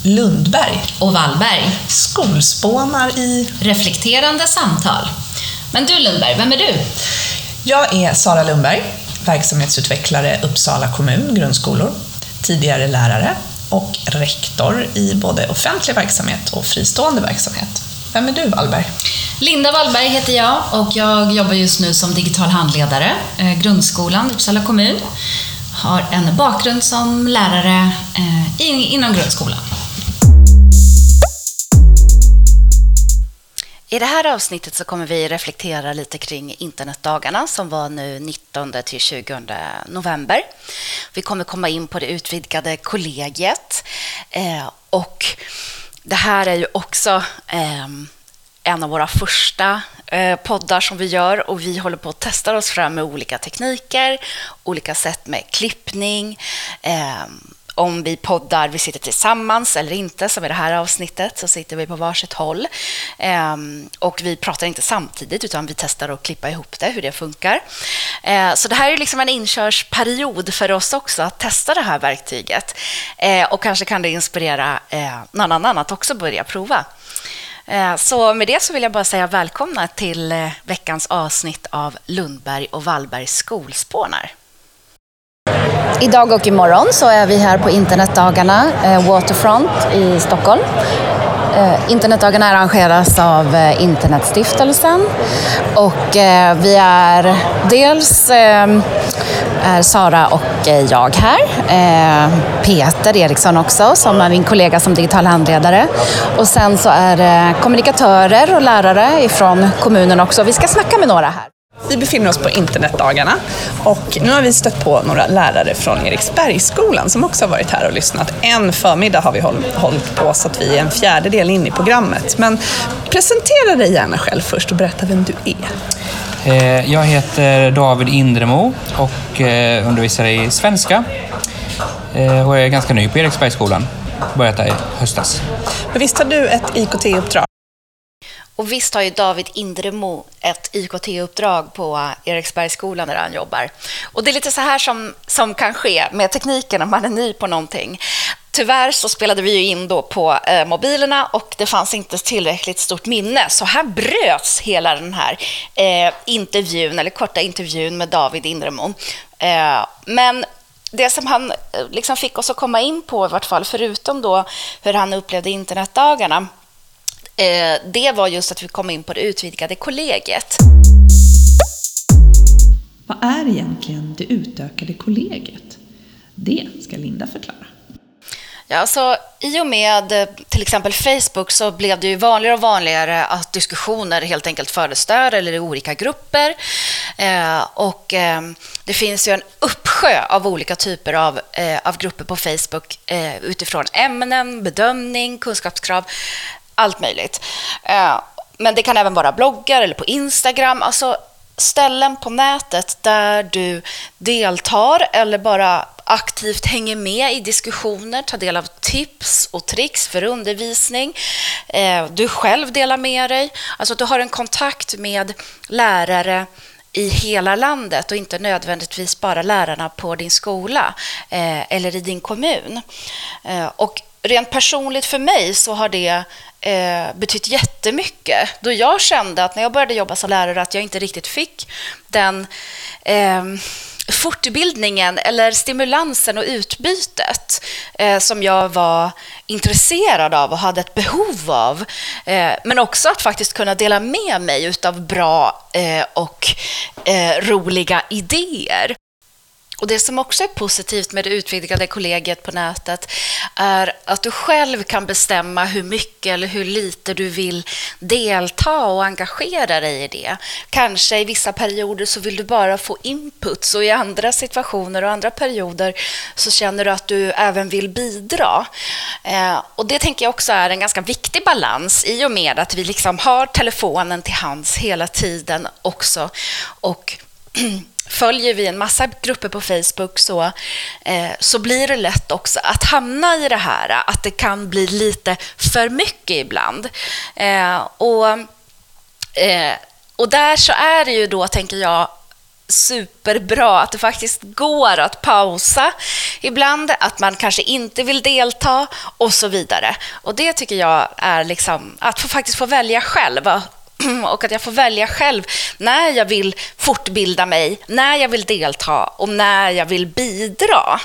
Lundberg och Wallberg. Skolspånar i reflekterande samtal. Men du Lundberg, vem är du? Jag är Sara Lundberg, verksamhetsutvecklare Uppsala kommun, grundskolor, tidigare lärare och rektor i både offentlig verksamhet och fristående verksamhet. Vem är du, Wallberg? Linda Wallberg heter jag och jag jobbar just nu som digital handledare, grundskolan, Uppsala kommun. Har en bakgrund som lärare inom grundskolan. I det här avsnittet så kommer vi reflektera lite kring internetdagarna som var nu 19 till 20 november. Vi kommer komma in på det utvidgade kollegiet och det här är ju också en av våra första poddar som vi gör och vi håller på att testa oss fram med olika tekniker, olika sätt med klippning, om vi poddar, vi sitter tillsammans eller inte, som i det här avsnittet så sitter vi på varsitt håll och vi pratar inte samtidigt utan vi testar att klippa ihop det, hur det funkar. Så det här är liksom en inkörsperiod för oss också att testa det här verktyget och kanske kan det inspirera någon annan att också börja prova. Så med det så vill jag bara säga välkomna till veckans avsnitt av Lundberg och Wallbergs skolspånar. Idag och imorgon så är vi här på internetdagarna Waterfront i Stockholm. Internetdagarna arrangeras av Internetstiftelsen och vi är dels är Sara och jag här. Peter Eriksson också som är min kollega som digital handledare. Och sen så är det kommunikatörer och lärare ifrån kommunen också. Vi ska snacka med några här. Vi befinner oss på internetdagarna och nu har vi stött på några lärare från Eriksbergsskolan som också har varit här och lyssnat. En förmiddag har vi hållit på så att vi är en fjärdedel in i programmet. Men presentera dig gärna själv först och berätta vem du är. Jag heter David Indremo och undervisar i svenska och är ganska ny på Eriksbergsskolan. Börjat där i höstas. Men visst har du ett IKT-uppdrag? Och visst har ju David Indremo ett IKT-uppdrag på Eriksbergsskolan där han jobbar. Och det är lite så här som kan ske med tekniken om man är ny på någonting. Tyvärr så spelade vi ju in då på mobilerna och det fanns inte tillräckligt stort minne. Så här bröts hela den här intervjun, eller korta intervjun med David Indremo. Men det som han liksom fick oss att komma in på i vart fall, förutom då hur han upplevde internetdagarna, det var just att vi kom in på det utvidgade kollegiet. Vad är egentligen det utökade kollegiet? Det ska Linda förklara. Ja, så i och med till exempel Facebook så blev det ju vanligare och vanligare att diskussioner helt enkelt fördes där eller i olika grupper. Och det finns ju en uppsjö av olika typer av grupper på Facebook utifrån ämnen, bedömning, kunskapskrav, allt möjligt. Men det kan även vara bloggar eller på Instagram, alltså ställen på nätet där du deltar eller bara aktivt hänger med i diskussioner, tar del av tips och tricks för undervisning. Du själv delar med dig. Alltså du har en kontakt med lärare i hela landet och inte nödvändigtvis bara lärarna på din skola eller i din kommun. Och rent personligt för mig så har det betytt jättemycket. Då jag kände att när jag började jobba som lärare att jag inte riktigt fick den fortbildningen eller stimulansen och utbytet som jag var intresserad av och hade ett behov av. Men också att faktiskt kunna dela med mig utav bra och roliga idéer. Och det som också är positivt med det utvidgade kollegiet på nätet är att du själv kan bestämma hur mycket eller hur lite du vill delta och engagera dig i det. Kanske i vissa perioder så vill du bara få inputs och i andra situationer och andra perioder så känner du att du även vill bidra. Och det tänker jag också är en ganska viktig balans i och med att vi liksom har telefonen till hands hela tiden också och följer vi en massa grupper på Facebook så blir det lätt också att hamna i det här att det kan bli lite för mycket ibland. Och där så är det ju då, tänker jag, superbra att det faktiskt går att pausa ibland, att man kanske inte vill delta och så vidare. Och det tycker jag är liksom att faktiskt få välja själv, och att jag får välja själv när jag vill fortbilda mig, när jag vill delta och när jag vill bidra.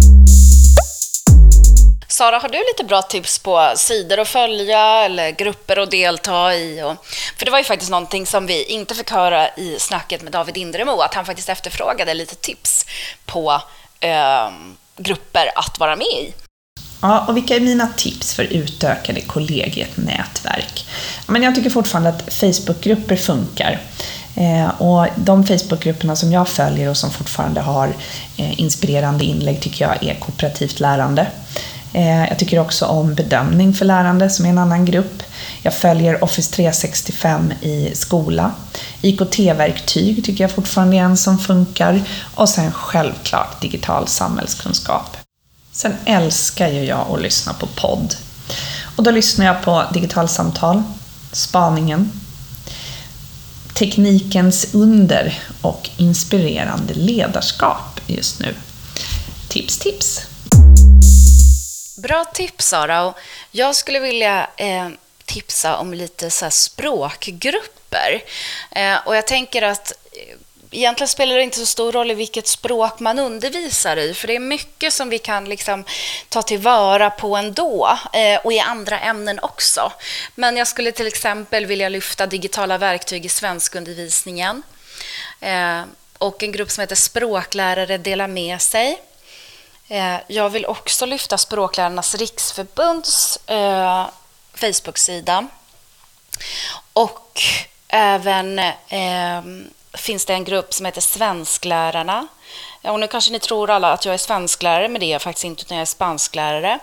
Sara, har du lite bra tips på sidor att följa eller grupper att delta i? För det var ju faktiskt någonting som vi inte fick höra i snacket med David Inderemo, att han faktiskt efterfrågade lite tips på grupper att vara med i. Ja, och vilka är mina tips för utökade kollegiet-nätverk? Men jag tycker fortfarande att Facebookgrupper funkar. Och de Facebookgrupperna som jag följer och som fortfarande har inspirerande inlägg tycker jag är kooperativt lärande. Jag tycker också om bedömning för lärande som är en annan grupp. Jag följer Office 365 i skola. IKT-verktyg tycker jag fortfarande är en som funkar. Och sen självklart digital samhällskunskap. Sen älskar ju jag att lyssna på podd. Och då lyssnar jag på Digitalsamtal, Spaningen, Teknikens under och Inspirerande ledarskap just nu. Tips! Bra tips, Sara. Och jag skulle vilja tipsa om lite så här språkgrupper. Och jag tänker att egentligen spelar det inte så stor roll i vilket språk man undervisar i, för det är mycket som vi kan liksom ta tillvara på ändå, och i andra ämnen också. Men jag skulle till exempel vilja lyfta digitala verktyg i svenskundervisningen, och en grupp som heter Språklärare delar med sig. Jag vill också lyfta Språklärarnas riksförbunds Facebook-sida, och även finns det en grupp som heter Svensklärarna. Och nu kanske ni tror alla att jag är svensklärare, men det är jag faktiskt inte, utan jag är spansklärare.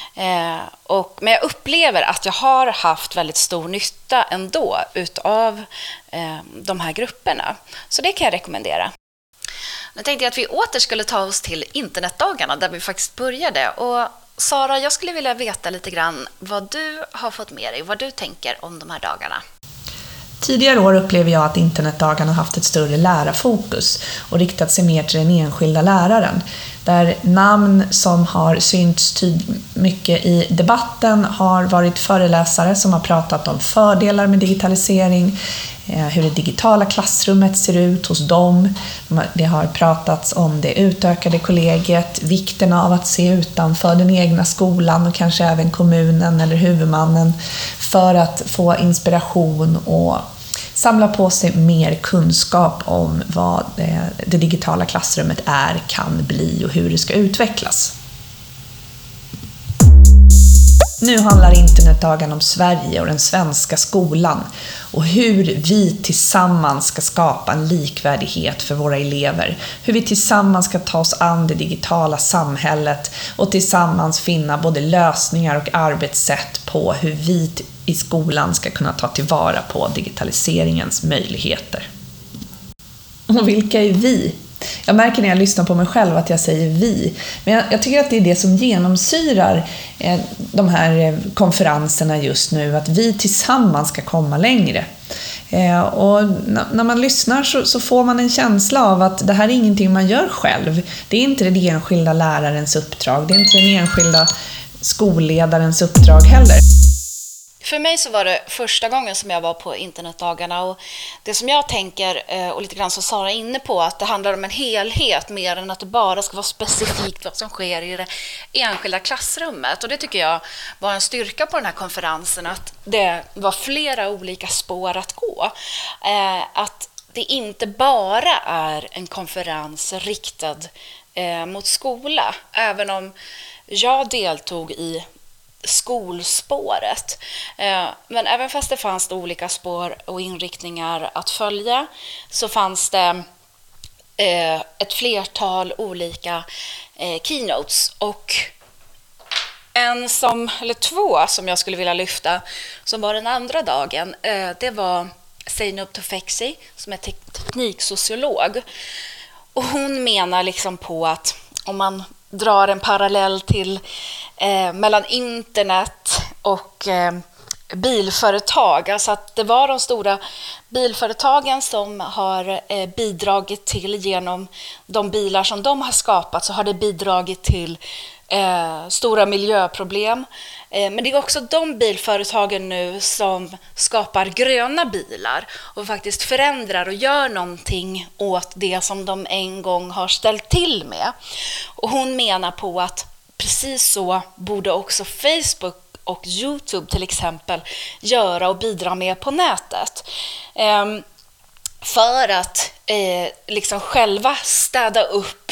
Men jag upplever att jag har haft väldigt stor nytta ändå utav de här grupperna. Så det kan jag rekommendera. Nu tänkte jag att vi åter skulle ta oss till internetdagarna där vi faktiskt började. Och Sara, jag skulle vilja veta lite grann vad du har fått med dig, vad du tänker om de här dagarna. Tidigare år upplever jag att internetdagarna har haft ett större lärarfokus och riktat sig mer till den enskilda läraren. Där namn som har synts mycket i debatten har varit föreläsare som har pratat om fördelar med digitalisering, hur det digitala klassrummet ser ut hos dem. Det har pratats om det utökade kollegiet, vikten av att se utanför den egna skolan och kanske även kommunen eller huvudmannen för att få inspiration och samla på sig mer kunskap om vad det digitala klassrummet är, kan bli och hur det ska utvecklas. Nu handlar internetdagen om Sverige och den svenska skolan och hur vi tillsammans ska skapa en likvärdighet för våra elever. Hur vi tillsammans ska ta oss an det digitala samhället och tillsammans finna både lösningar och arbetssätt på hur vi i skolan ska kunna ta tillvara på digitaliseringens möjligheter. Och vilka är vi? Jag märker när jag lyssnar på mig själv att jag säger vi. Men jag tycker att det är det som genomsyrar de här konferenserna just nu. Att vi tillsammans ska komma längre. Och när man lyssnar så får man en känsla av att det här är ingenting man gör själv. Det är inte den enskilda lärarens uppdrag. Det är inte den enskilda skolledarens uppdrag heller. För mig så var det första gången som jag var på internetdagarna, och det som jag tänker, och lite grann som Sara är inne på, att det handlar om en helhet mer än att det bara ska vara specifikt vad som sker i det enskilda klassrummet. Och det tycker jag var en styrka på den här konferensen, att det var flera olika spår att gå. Att det inte bara är en konferens riktad mot skola, även om jag deltog i skolspåret. Men även fast det fanns olika spår och inriktningar att följa, så fanns det ett flertal olika keynotes, och två som jag skulle vilja lyfta som var den andra dagen, det var Zeynep Tufekci som är tekniksociolog, och hon menar liksom på att om man drar en parallell till mellan internet och bilföretag. Alltså att det var de stora bilföretagen som har bidragit till, genom de bilar som de har skapat, så har det bidragit till stora miljöproblem. Men det är också de bilföretagen nu som skapar gröna bilar och faktiskt förändrar och gör någonting åt det som de en gång har ställt till med. Och hon menar på att precis så borde också Facebook och YouTube till exempel göra och bidra med på nätet. För att liksom själva städa upp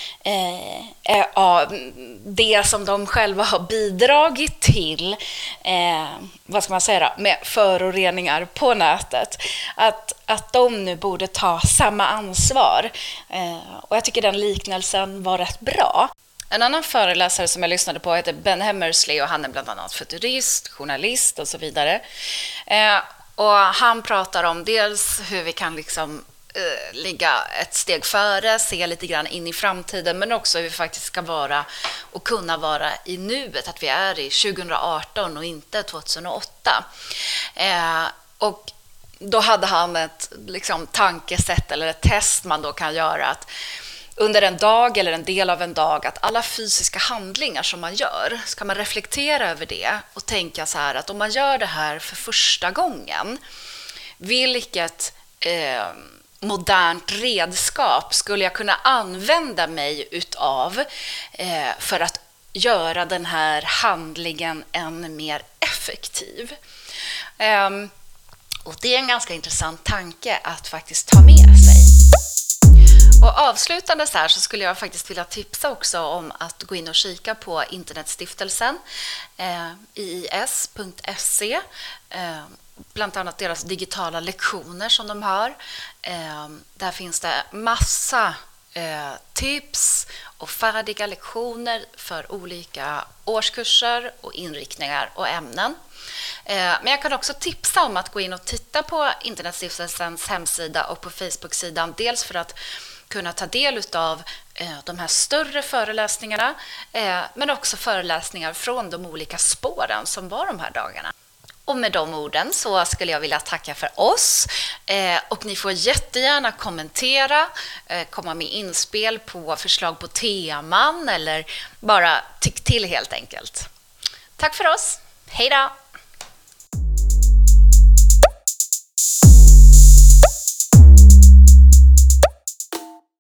det som de själva har bidragit till, vad ska man säga då, med föroreningar på nätet. Att de nu borde ta samma ansvar. Och jag tycker den liknelsen var rätt bra. En annan föreläsare som jag lyssnade på heter Ben Hammersley, och han är bland annat futurist, journalist och så vidare. Och han pratar om dels hur vi kan liksom ligga ett steg före, se lite grann in i framtiden, men också hur vi faktiskt ska vara och kunna vara i nuet, att vi är i 2018 och inte 2008. Och då hade han ett liksom tankesätt eller ett test man då kan göra, att under en dag eller en del av en dag, att alla fysiska handlingar som man gör, ska man reflektera över det och tänka så här, att om man gör det här för första gången, vilket modernt redskap skulle jag kunna använda mig utav för att göra den här handlingen än mer effektiv? Och det är en ganska intressant tanke att faktiskt ta med sig. Och avslutande så här så skulle jag faktiskt vilja tipsa också om att gå in och kika på Internetstiftelsen, iis.se, bland annat deras digitala lektioner som de har. Där finns det massa tips och färdiga lektioner för olika årskurser och inriktningar och ämnen. Men jag kan också tipsa om att gå in och titta på Internetstiftelsens hemsida och på Facebook-sidan, dels för att kunna ta del av de här större föreläsningarna, men också föreläsningar från de olika spåren som var de här dagarna. Och med de orden så skulle jag vilja tacka för oss, och ni får jättegärna kommentera, komma med inspel på förslag på teman eller bara tyck till helt enkelt. Tack för oss, hej då!